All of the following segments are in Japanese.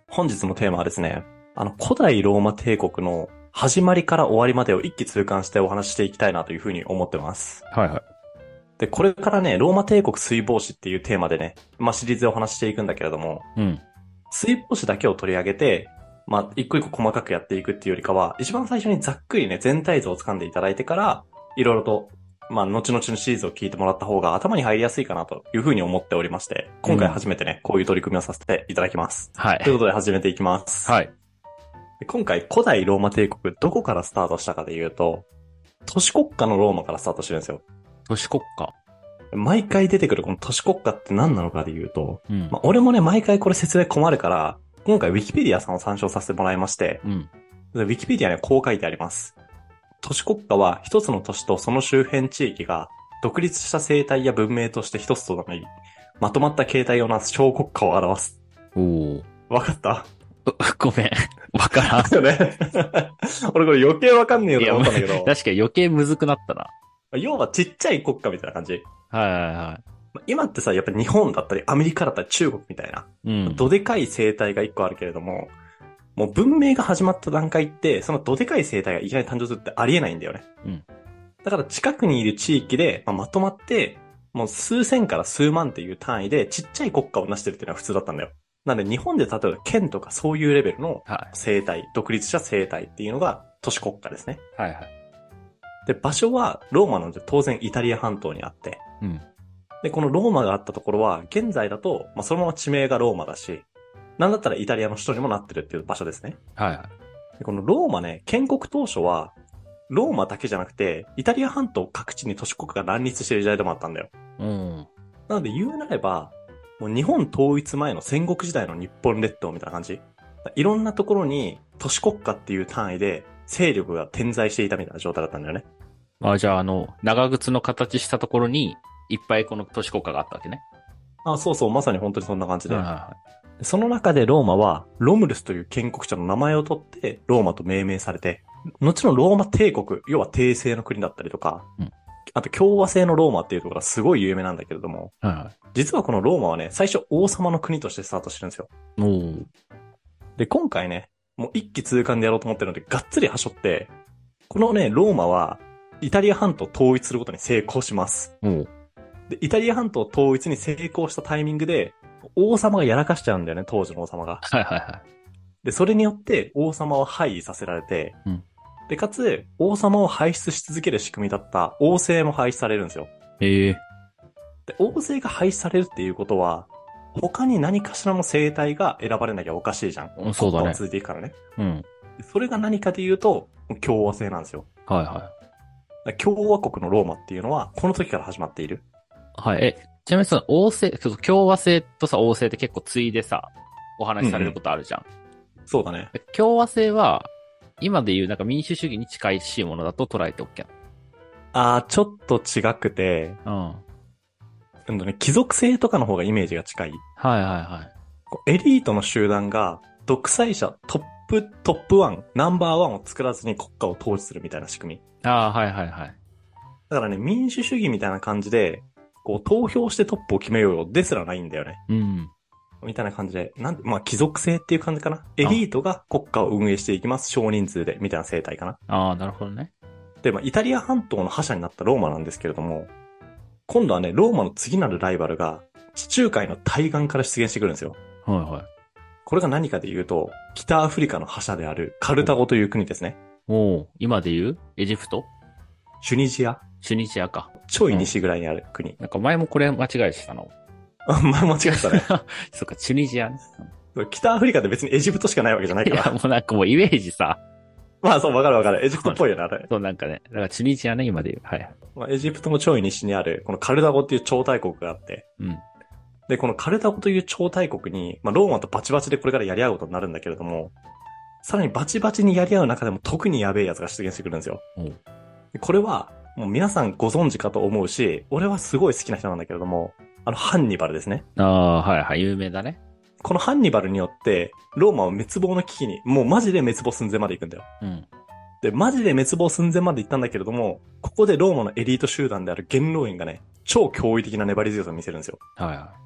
本日のテーマはですね、古代ローマ帝国の始まりから終わりまでを一気通貫してお話ししていきたいなというふうに思ってます。 はいはい。 で、これからね、ローマ帝国水防史っていうテーマでね、シリーズでお話ししていくんだけれども、 うん。 水防史だけを取り上げて、一個一個細かくやっていくっていうよりかは、一番最初にざっくりね、全体像を掴んでいただいてから、いろいろと、後々のシリーズを聞いてもらった方が頭に入りやすいかなというふうに思っておりまして、今回初めてね、こういう取り組みをさせていただきます。 はい。 ということで始めていきます。 はい。 で今回古代ローマ帝国どこからスタートしたかで言うと、都市国家のローマからスタートしてるんですよ。 都市国家。 毎回出てくるこの都市国家って何なのかで言うと、 うん。 俺もね、毎回これ説明困るから、今回ウィキペディアさんを参照させてもらいまして、 うん。 でウィキペディアにはこう書いてあります。都市国家は一つの都市とその周辺地域が独立した生態や文明として一つとなり、まとまった形態をなす小国家を表す。 おー。 わかった？ ごめん。わからん。 よね。俺これ余計わかんねえよと思ったんだけど。 確かに余計むずくなったな。 要はちっちゃい国家みたいな感じ。 はいはいは今ってさ、やっぱり日本だったりアメリカだったり中国みたいな、 い。うん。 どでかい生態が一個あるけれども、もう文明が始まった段階って、そのどでかい生態がいきなり誕生するってありえないんだよね。 うん。 だから近くにいる地域で、まとまって、もう数千から数万っていう単位でちっちゃい国家を成してるっていうのは普通だったんだよ。なんで日本で例えば県とかそういうレベルのは生態、独立した生態っていうのが都市国家ですね。 い。はいはい。 で、場所はローマなので当然イタリア半島にあって、 うん。 で、このローマがあったところは、現在だと、そのまま地名がローマだし、なんだったらイタリアの首都にもなってるっていう場所ですね。 はいはい。 でこのローマね、建国当初は、ローマだけじゃなくて、イタリア半島各地に都市国が乱立してる時代でもあったんだよ。 うん。 なので言うなれば、もう日本統一前の戦国時代の日本列島みたいな感じ。いろんなところに都市国家っていう単位で勢力が点在していたみたいな状態だったんだよね。 じゃあ長靴の形したところに、いっぱいこの都市国家があったわけね。 そうそう、まさに本当にそんな感じで。 はいはその中でローマは、ロムルスという建国者の名前を取って、ローマと命名されて、後のローマ帝国、要は帝政の国だったりとか、 うんあと共和制のローマっていうところがすごい有名なんだけれども、 い。はいは実はこのローマはね、最初王様の国としてスタートしてるんですよ。 い。おー。 で、今回ね、もう一気通貫でやろうと思ってるので、がっつり端折って、このね、ローマは、イタリア半島を統一することに成功します。 おー。 で、イタリア半島統一に成功したタイミングで、王様がやらかしちゃうんだよね、当時の王様が。 はいはいはい。 で、それによって王様を廃位させられて、 うん。 で、かつ、王様を輩出し続ける仕組みだった王政も廃止されるんですよ。 ええで、王政が廃止されるっていうことは、他に何かしらの政体が選ばれなきゃおかしいじゃん。 ー。そうだね。 国家は続いていくからね。 うん。 でそれが何かで言うと、共和制なんですよ。 はいはだから共和国のローマっていうのは、この時から始まっている。 い。はい。ちなみにその王政、共和制とさ、王政って結構ついでさ、お話しされることあるじゃん。 そうだね。 共和制は、今で言うなんか民主主義に近いしいものだと捉えておけちょっと違くて、 な。 貴族制とかの方がイメージが近い。 はいはいはい。 エリートの集団が、独裁者、トップワン、ナンバーワンを作らずに国家を統治するみたいな仕組み。 はいはいはい。 だからね、民主主義みたいな感じで、投票してトップを決めようよですらないんだよね。 うん。 みたいな感じで、貴族制っていう感じかな。エリートが国家を運営していきます。少人数で、みたいな生態かな。 なるほどね。 で、イタリア半島の覇者になったローマなんですけれども、今度はね、ローマの次なるライバルが、地中海の対岸から出現してくるんですよ。 はいはい。 これが何かで言うと、北アフリカの覇者であるカルタゴという国ですね。 今で言うエジプトチュニジアチュニジアか。 ちょい西ぐらいにある国。 なんか前もこれ間違えしたの。 間違えたね。 そっか、チュニジアね。 北アフリカって別にエジプトしかないわけじゃないいや、 から。 もうなんかもうイメージさ。 そう、わかるわかる。エジプトっぽいよね、あれ。 そうなんかね。だからチュニジアね、今で言う。はいはい。 エジプトのちょい西にある、このカルダゴっていう超大国があって、 うん。 で、このカルダゴという超大国に、ローマとバチバチでこれからやり合うことになるんだけれども、さらにバチバチにやり合う中でも特にやべえやつが出現してくるんですよ。でこれは、もう皆さんご存知かと思うし、俺はすごい好きな人なんだけれども、ハンニバルですね。 はいはい、有名だね。 このハンニバルによって、ローマは滅亡の危機に、もうマジで滅亡寸前まで行くんだよ。 うん。 で、マジで滅亡寸前まで行ったんだけれども、ここでローマのエリート集団である元老院がね、超驚異的な粘り強さを見せるんですよ。 はいは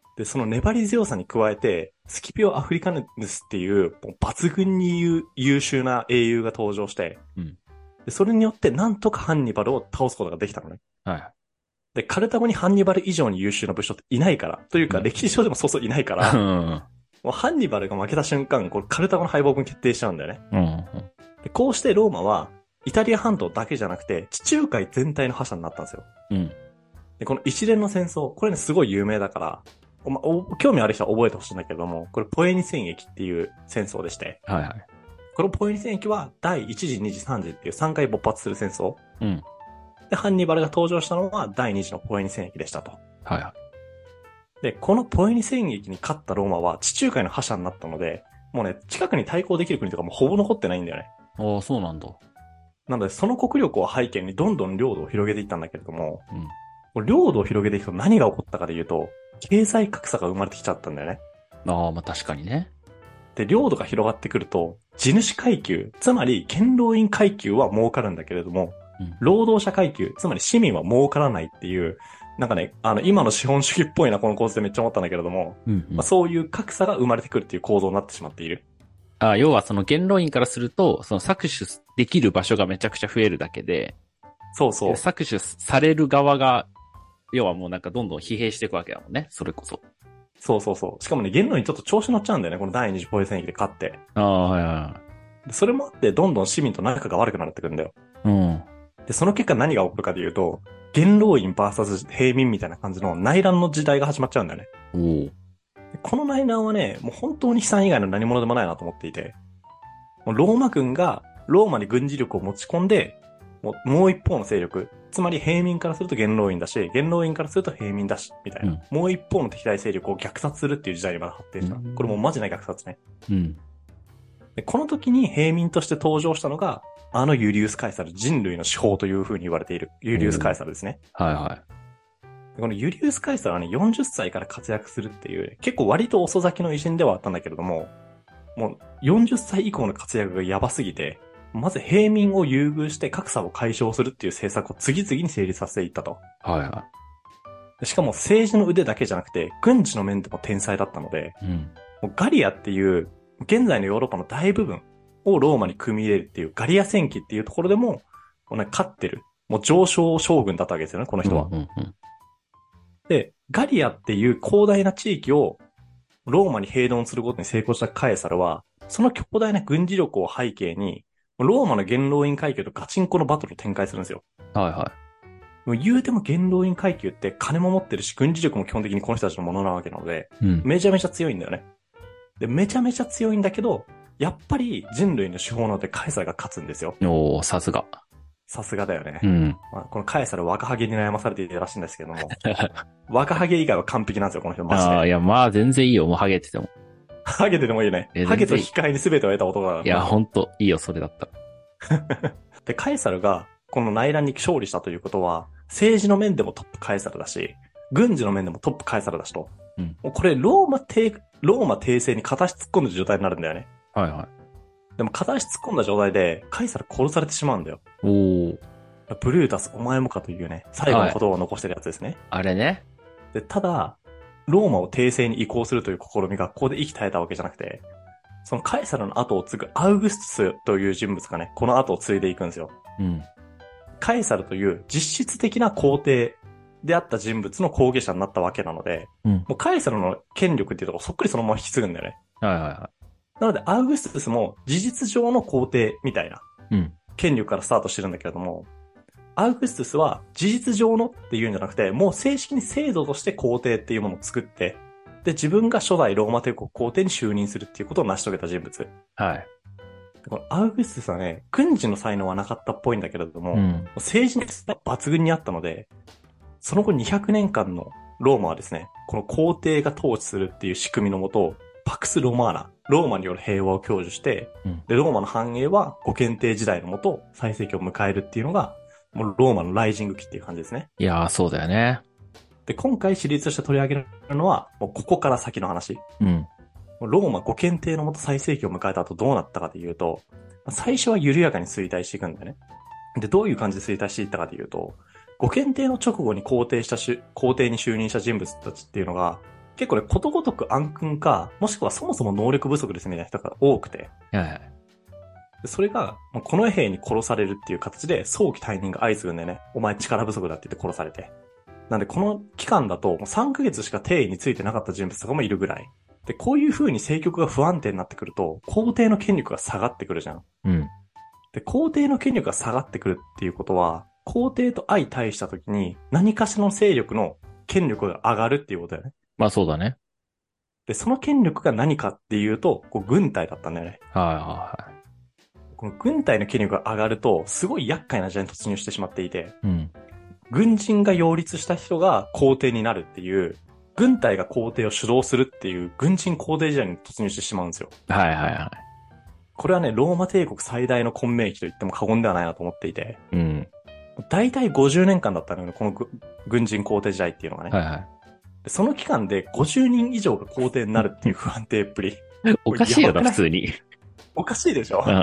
で、その粘り強さに加えて、スキピオ・アフリカヌスっていう、もう抜群に優秀な英雄が登場して、 うん。 で、それによってなんとかハンニバルを倒すことができたのね。 はい。 で、カルタゴにハンニバル以上に優秀な武将っていないから、というか、 うん歴史上でもそうそういないかうら、 ん。 もうハンニバルが負けた瞬間、これカルタゴの敗北に決定しちゃうんだよね。 うん。 で、こうしてローマは、イタリア半島だけじゃなくて、地中海全体の覇者になったんですよ。 うん。 で、この一連の戦争、これね、すごい有名だから、興味ある人は覚えてほしいんだけれども、これポエニ戦役っていう戦争でして、 はいはい。 このポエニ戦役は第1次、2次、3次っていう3回勃発する戦争。 うん。 で、ハンニバルが登場したのは第2次のポエニ戦役でしたと。 はいはい。 で、このポエニ戦役に勝ったローマは地中海の覇者になったので、もうね、近くに対抗できる国とかもうほぼ残ってないんだよね。 ああ、そうなんだ。 なので、その国力を背景にどんどん領土を広げていったんだけれども、 うん。 領土を広げていくと何が起こったかで言うと、経済格差が生まれてきちゃったんだよね。 ああ、まあ確かにね。 で、領土が広がってくると、地主階級、つまり堅牢院階級は儲かるんだけれども、 うん。 労働者階級、つまり市民は儲からないっていう、なんかね、今の資本主義っぽいな、この構図でめっちゃ思ったんだけれども、 うん、うん。 そういう格差が生まれてくるっていう構造になってしまっている。 ああ、要はその元老院からすると、その搾取できる場所がめちゃくちゃ増えるだけで、 そうそう。 搾取される側が、要はもうなんかどんどん疲弊していくわけだもんね、それこそ。 そうそうそう。しかもね、元老院ちょっと調子乗っちゃうんだよね、この第二次ポエ戦役で勝って。 ああ、はいはでそれもあって、どんどん市民と仲が悪くなってくるんだよ。 い。うん。 で、その結果何が起こるかでいうと、元老院 VS 平民みたいな感じの内乱の時代が始まっちゃうんだよね。 おお。 でこの内乱はね、もう本当に悲惨以外の何者でもないなと思っていて、もうローマ軍がローマに軍事力を持ち込んで、もう一方の勢力、つまり平民からすると元老院だし、元老院からすると平民だし、みたいな。もう一方の敵対勢力を虐殺するっていう時代にまだ発展した。これもうマジな虐殺ね。 うん。 で、この時に平民として登場したのが、ユリウス・カエサル、人類の至宝という風に言われているユリウス・カエサルですね。 はいはい。 このユリウス・カエサルはね、40歳から活躍するっていう、結構割と遅咲きの偉人ではあったんだけれども、もう40歳以降の活躍がやばすぎて、まず平民を優遇して格差を解消するっていう政策を次々に成立させていったと。 はいはしかも政治の腕だけじゃなくて、軍事の面でも天才だったので、 い。うん。 もうガリアっていう、現在のヨーロッパの大部分をローマに組み入れるっていうガリア戦記っていうところでも、もうね、勝ってる。もう上昇将軍だったわけですよね、この人は。 うんうんうん。 で、ガリアっていう広大な地域をローマに併合することに成功したカエサルは、その強大な軍事力を背景に、ローマの元老院階級とガチンコのバトルを展開するんですよ。 はいはもう言うても元老院階級って金も持ってるし、軍事力も基本的にこの人たちのものなわけなので、 い。うん。 めちゃめちゃ強いんだよね。で、めちゃめちゃ強いんだけど、やっぱり人類の手法なのでカエサルが勝つんですよ。 おー、さすが。 さすがだよね。 うん。 このカエサル若ハゲに悩まされているらしいんですけども、若ハゲ以外は完璧なんですよ、この人マジで。 ああ、いや、まあ全然いいよ、もうハゲてても。 ハゲてでもいいね。ハゲと引き換えに全てを得た男だから。 いや、ほんと、いいよ、それだったら。 で、カエサルがこの内乱に勝利したということは、政治の面でもトップカエサルだし、軍事の面でもトップカエサルだしと。 うん。 もうこれローマ帝政に片足突っ込んだ状態になるんだよね。 はいはでも片足突っ込んだ状態で、カエサル殺されてしまうんだよ。 い。おー。 ブルータス、お前もかというね、最後の言葉を残してるやつですね。 あれね。 で、ただ、ローマを帝政に移行するという試みがここで息絶えたわけじゃなくて、そのカエサルの後を継ぐアウグストゥスという人物がね、この後を継いでいくんですよ。 うん。 カエサルという実質的な皇帝であった人物の後継者になったわけなので、 うん。 もうカエサルの権力っていうところそっくりそのまま引き継ぐんだよね。 はいはいはなので、アウグストゥスも事実上の皇帝みたいな権力からスタートしてるんだけれども、アウグストゥスは事実上のっていうんじゃなくて、もう正式に制度として皇帝っていうものを作って、で、自分が初代ローマ帝国皇帝に就任するっていうことを成し遂げた人物。 はい。 このアウグストゥスはね、軍事の才能はなかったっぽいんだけれども、 うん。 政治の才能は抜群にあったので、その後200年間のローマはですね、この皇帝が統治するっていう仕組みのもと、パクス・ロマーナ、ローマによる平和を享受して、 うんで、ローマの繁栄はご検定時代のもと、最盛期を迎えるっていうのが、もうローマのライジング期っていう感じですね。 いやー、そうだよね。 で、今回シリーズとして取り上げるのは、もうここから先の話。 うん。 ローマご検定のもと最盛期を迎えた後どうなったかというと、最初は緩やかに衰退していくんだよね。で、どういう感じで衰退していったかというと、ご検定の直後に皇帝に就任した人物たちっていうのが、 結構ね、ことごとく暗君か、もしくはそもそも能力不足ですみたいな人が多くて。 はいはい。 それが、この兵に殺されるっていう形で早期退任が相次ぐんだよね。お前力不足だって言って殺されて。なんでこの期間だともう3ヶ月しか帝位についてなかった人物とかもいるぐらい。で、こういう風に政局が不安定になってくると、皇帝の権力が下がってくるじゃん。 うん。 で、皇帝の権力が下がってくるっていうことは、皇帝と相対した時に何かしらの勢力の権力が上がるっていうことだよね。 まあそうだね。 で、その権力が何かっていうと、軍隊だったんだよね。 はいはいはい。 この軍隊の権力が上がると、すごい厄介な時代に突入してしまっていて、 うん。 軍人が擁立した人が皇帝になるっていう、軍隊が皇帝を主導するっていう軍人皇帝時代に突入してしまうんですよ。 はいはいはい。 これはね、ローマ帝国最大の混迷期と言っても過言ではないなと思っていて、 うん。 だいたい50年間だったのよね、この軍人皇帝時代っていうのがね。 はいはい。 でその期間で50人以上が皇帝になるっていう不安定っぷり。 おかしいよな、 やばくない普通に。 おかしいでしょ？ うん。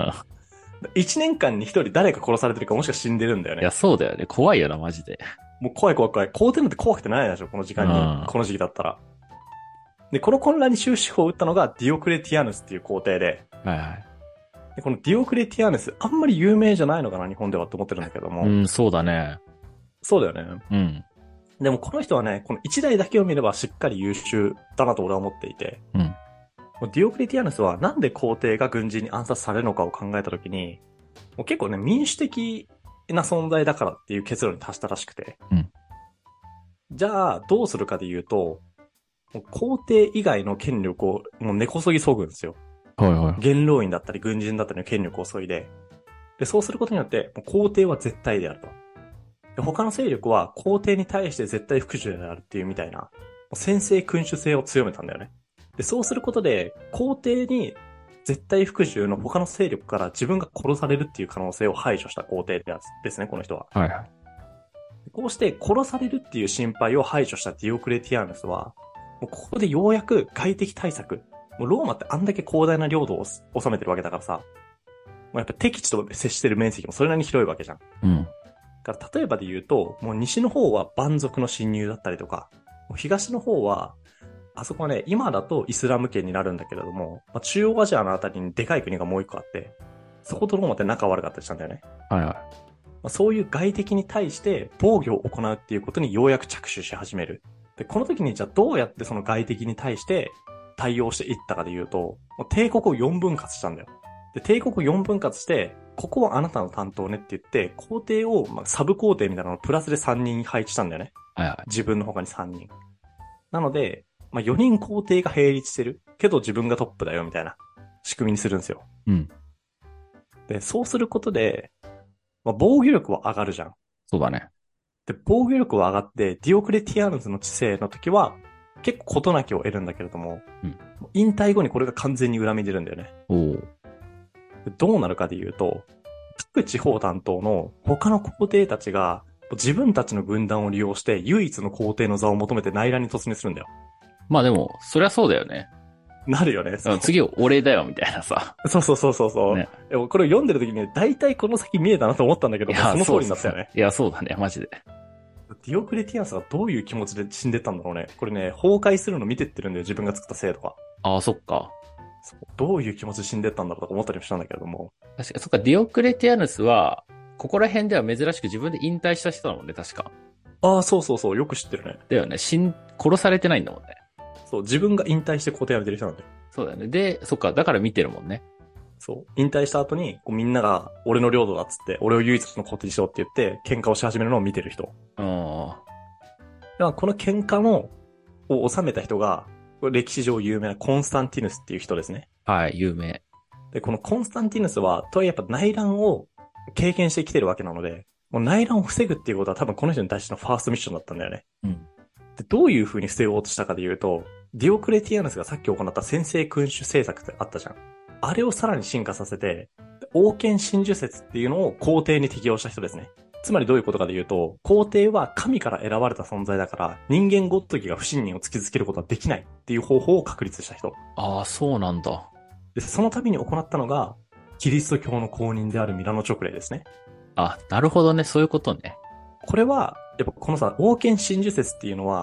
1年間に1人誰か殺されてるかもしくは死んでるんだよね。 いや、そうだよね。怖いよな、マジで。 もう怖い怖い怖い。皇帝なんて怖くてないでしょ、この時間うんに。この時期だったら。で、この混乱に終止符を打ったのがディオクレティアヌスっていう皇帝で、 はいはい。 でこのディオクレティアヌス、あんまり有名じゃないのかな、日本ではって思ってるんだけども。 うん、そうだね。 そうだよね。 うん。 でもこの人はね、この一代だけを見ればしっかり優秀だなと俺は思っていて、 うん。 ディオクレティアヌスはなんで皇帝が軍人に暗殺されるのかを考えたときに、もう結構ね、民主的な存在だからっていう結論に達したらしくて。 うん。 じゃあ、どうするかで言うと、もう皇帝以外の権力をもう根こそぎ削ぐんですよ。 はいはい。 元老院だったり軍人だったりの権力を削いで。で、そうすることによって、もう皇帝は絶対であると。で、他の勢力は皇帝に対して絶対服従であるっていうみたいな、もう専制君主制を強めたんだよね。で、そうすることで、皇帝に絶対服従の他の勢力から自分が殺されるっていう可能性を排除した皇帝ですね、この人は。 はいはい。 こうして殺されるっていう心配を排除したディオクレティアヌスは、もうここでようやく外敵対策、もうローマってあんだけ広大な領土を治めてるわけだからさ、もうやっぱ敵地と接してる面積もそれなりに広いわけじゃん。 うん。 だから例えばで言うと、もう西の方は蛮族の侵入だったりとか、もう東の方は、あそこはね、今だとイスラム圏になるんだけれども、中央アジアのあたりにでかい国がもう一個あって、そことローマって仲悪かったりしたんだよね。 はいはい。 そういう外敵に対して防御を行うっていうことにようやく着手し始める。で、この時にじゃあどうやってその外敵に対して対応していったかで言うと、もう帝国を4分割したんだよ。で、帝国を4分割して、ここはあなたの担当ねって言って、皇帝を、サブ皇帝みたいなのをプラスで3人配置したんだよね。 はいはい。 自分の他に3人。なので、4人皇帝が並立してる。けど自分がトップだよみたいな仕組みにするんですよ。 うん。 で、そうすることで、防御力は上がるじゃん。 そうだね。 で、防御力は上がって、ディオクレティアヌスの治世の時は、結構事なきを得るんだけれども、 うん。 引退後にこれが完全に恨み出るんだよね。 おお。 でどうなるかで言うと、各地方担当の他の皇帝たちが、自分たちの軍団を利用して唯一の皇帝の座を求めて内乱に突入するんだよ。 まあでも、そりゃそうだよね。 なるよね。 次俺だよ、みたいなさ。 そうそうそうそうそう。 ね。 でもこれを読んでる時にね、大体この先見えたなと思ったんだけど、その通りになったよね。 いや、そうだね、マジで。 ディオクレティアヌスがどういう気持ちで死んでったんだろうね。これね、崩壊するの見てってるんだよ、自分が作った制度が。 ああ、そっか。 そうどういう気持ちで死んでったんだろうとか思ったりもしたんだけれども。 確か、そっか、ディオクレティアヌスは、ここら辺では珍しく自分で引退した人だもんね、確か。 ああ、そうそうそう、よく知ってるね。 だよね、殺されてないんだもんね。 そう、自分が引退して皇帝辞めてる人なんだよ。 そうだよね。で、そっか、だから見てるもんね。 そう。引退した後に、こうみんなが、俺の領土だっつって、俺を唯一の皇帝にしようって言って、喧嘩をし始めるのを見てる人。 あだからこの喧嘩の、を収めた人が、歴史上有名なコンスタンティヌスっていう人ですね。 あ。はい、有名。 で、このコンスタンティヌスは、とはいえやっぱ内乱を経験してきてるわけなので、もう内乱を防ぐっていうことは多分この人に対してのファーストミッションだったんだよね。 うん。 で、どういう風に防ごうとしたかで言うと、ディオクレティアヌスがさっき行った専制君主政策ってあったじゃん。あれをさらに進化させて、王権真珠説っていうのを皇帝に適用した人ですね。つまりどういうことかで言うと、皇帝は神から選ばれた存在だから、人間ごときが不信任を突きつけることはできないっていう方法を確立した人。 ああ、そうなんだ。 で、その度に行ったのが、キリスト教の公認であるミラノ勅令ですね。 あ、なるほどね、そういうことね。 これは、やっぱこのさ、王権真珠説っていうのは、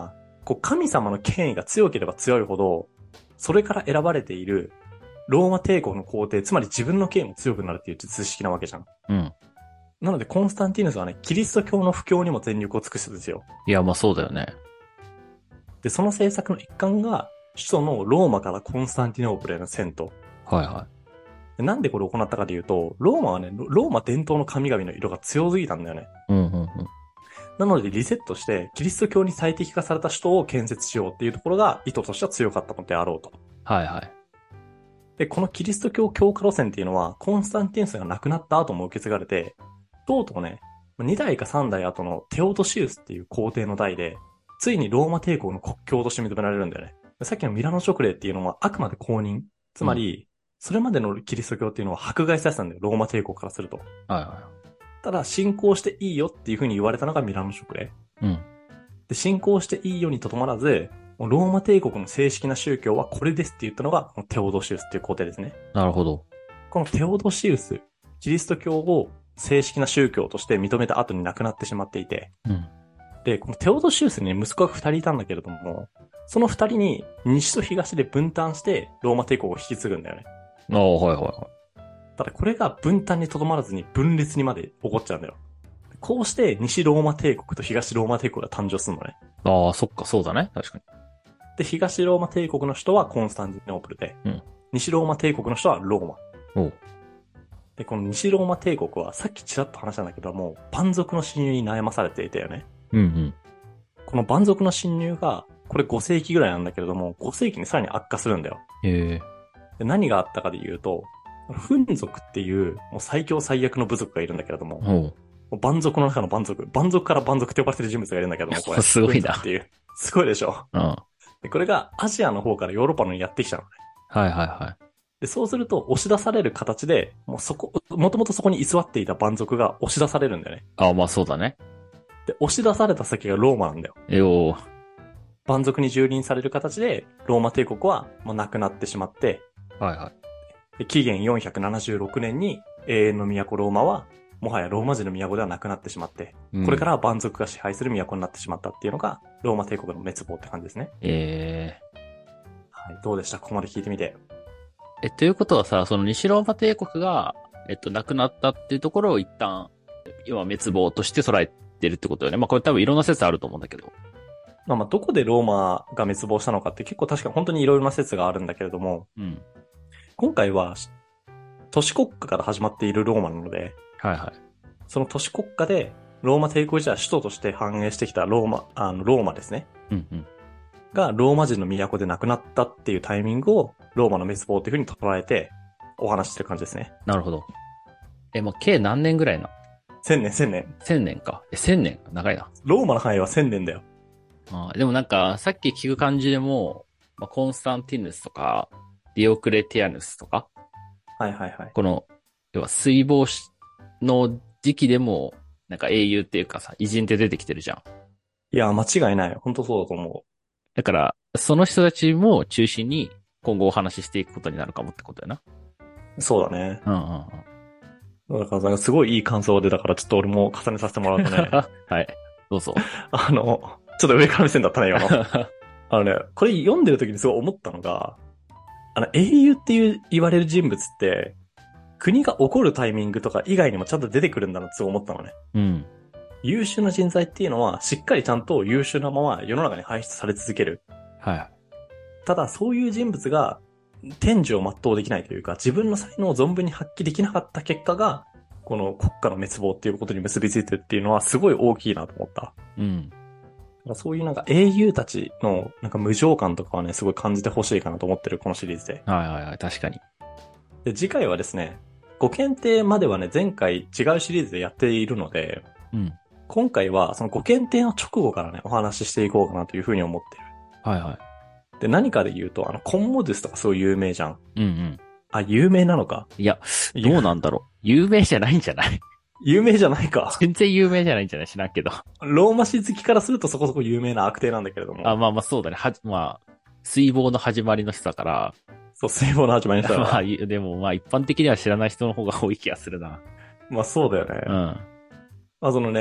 こう神様の権威が強ければ強いほど、それから選ばれているローマ帝国の皇帝、つまり自分の権威も強くなるっていう図式なわけじゃん。 うん。 なのでコンスタンティヌスはね、キリスト教の布教にも全力を尽くすんですよ。 いや、まあそうだよね。 で、その政策の一環が、首都のローマからコンスタンティノープルへの遷都。 はいはでなんでこれを行ったかというと、ローマはね、ローマ伝統の神々の色が強すぎたんだよね。 うんうんうん。 なのでリセットして、キリスト教に最適化された首都を建設しようっていうところが意図としては強かったのであろうと。 はいはい。 で、このキリスト教強化路線っていうのは、コンスタンティヌスが亡くなった後も受け継がれて、とうとうね、2代か3代後のテオドシウスっていう皇帝の代で、ついにローマ帝国の国教として認められるんだよね。さっきのミラノ直令っていうのはあくまで公認。つまり、それまでのキリスト教っていうのは迫害されてたんだよ、ローマ帝国からすると。 はいはただ、信仰していいよっていう風に言われたのがミラノ直令。 い。うん。 で、信仰していいよにとどまらず、もうローマ帝国の正式な宗教はこれですって言ったのが、このテオドシウスっていう皇帝ですね。 なるほど。 このテオドシウス、キリスト教を正式な宗教として認めた後に亡くなってしまっていて、 うん。 で、このテオドシウスに息子が2人いたんだけれども、その2人に西と東で分担してローマ帝国を引き継ぐんだよね。 ああ、はいはいはただこれが分担にとどまらずに分裂にまで起こっちゃうんだよ。こうして西ローマ帝国と東ローマ帝国が誕生するのね。 い。ああ、そっか、そうだね。確かに。 で、東ローマ帝国の首都はコンスタンティノープルで、 うん。 西ローマ帝国の首都はローマ。 おう。 で、この西ローマ帝国はさっきちらっと話したんだけども、蛮族の侵入に悩まされていたよね。 うんうん。 この蛮族の侵入が、これ5世紀ぐらいなんだけれども、5世紀にさらに悪化するんだよ。 へえ。 で何があったかで言うと、フン族っていうもう最強最悪の部族がいるんだけれども、 おう。 もう蛮族の中の蛮族から蛮族って呼ばれてる人物がいるんだけども、これ。 すごいなフン族っていう。すごいでしょ。 うん。はでこれがアジアの方からヨーロッパのにやってきたのね。 いはいはで、そうすると押し出される形で、もともとそこに居座っていた蛮族が押し出されるんだよね。 い。ああ、まあそうだね。 で、押し出された先がローマなんだよ。 よ蛮族に蹂躙される形で、ローマ帝国はもうなくなってしまって、 ー。はいはい。 で紀元476年に永遠の都ローマは、もはやローマ人の都ではなくなってしまって、これからは蛮族が支配する都になってしまったっていうのが、ローマ帝国の滅亡って感じですね。はい、どうでしたここまで聞いてみて。 ということはさ、その西ローマ帝国が、なくなったっていうところを一旦、要は滅亡として捉えてるってことよね。まあこれ多分いろんな説あると思うんだけど。 まあどこでローマが滅亡したのかって結構確かに本当にいろいろな説があるんだけれども、 うん。 今回は都市国家から始まっているローマなので、 はいはい。 その都市国家でローマ帝国時代首都として繁栄してきたローマですね。 うんうん。 がローマ人の都で亡くなったっていうタイミングをローマの滅亡っていう風に捉えてお話ししてる感じですね。 なるほど。まあ、計何年ぐらいな？ 1000年、1000年。 1000年か。1000年長いな。 ローマの範囲は1000年だよ。 でもなんか、さっき聞く感じでも、まあ、コンスタンティヌスとか、ディオクレティアヌスとか、 はいはいはい。 この、要は水没の時期でも、なんか英雄っていうかさ、偉人って出てきてるじゃん。 いや、間違いない。本当そうだと思だから、その人たちも中心に今後お話ししていくことになるかもってことやな。 う。そうだね。 うんうんうん。 だからなんかすごいいい感想で、だからちょっと俺も重ねさせてもらうとね。 はい。どうぞ。 ちょっと上から目線だったね、今の。これ読んでる時にすごい思ったのが、英雄って言われる人物って、国が起こるタイミングとか以外にもちゃんと出てくるんだなって思ったのね。 うん。 優秀な人材っていうのは、しっかりちゃんと優秀なまま世の中に輩出され続ける。 はい。 ただ、そういう人物が、天寿を全うできないというか、自分の才能を存分に発揮できなかった結果が、この国家の滅亡っていうことに結びついてるっていうのはすごい大きいなと思った。 うん。 そういうなんか英雄たちのなんか無情感とかはね、すごい感じてほしいかなと思ってる、このシリーズで。 はいはいはい、確かに。 で、次回はですね、ご検定まではね、前回違うシリーズでやっているので、 うん。 今回はそのご検定の直後からね、お話ししていこうかなというふうに思ってる。 はいはい。 で、何かで言うと、コンモドゥスとかすごい有名じゃん。 うんうん。 あ、有名なのか。 いや、どうなんだろう。有名じゃないんじゃない？ 有名じゃないか。 全然有名じゃないんじゃない？知らんけど。 ローマ史好きからするとそこそこ有名な悪帝なんだけれども。 あ、まあまあそうだね。まあ、水防の始まりの人だから。 そう、水防の始まりの人だから。 まあ、でもまあ一般的には知らない人の方が多い気がするな。 まあそうだよね。 うん。 まあそのね、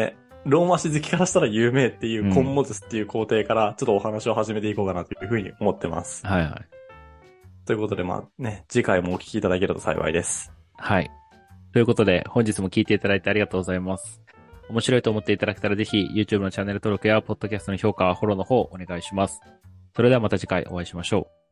ローマ字好きからしたら有名っていうコンモズスっていう工程からちょっとお話を始めていこうかなというふうに思ってます。 はいはい。 ということでまあね、次回もお聞きいただけると幸いです。 はい。ということで、本日も聞いていただいてありがとうございます。面白いと思っていただけたらぜひ YouTube のチャンネル登録や Podcast の評価、フォローの方お願いします。それではまた次回お会いしましょう。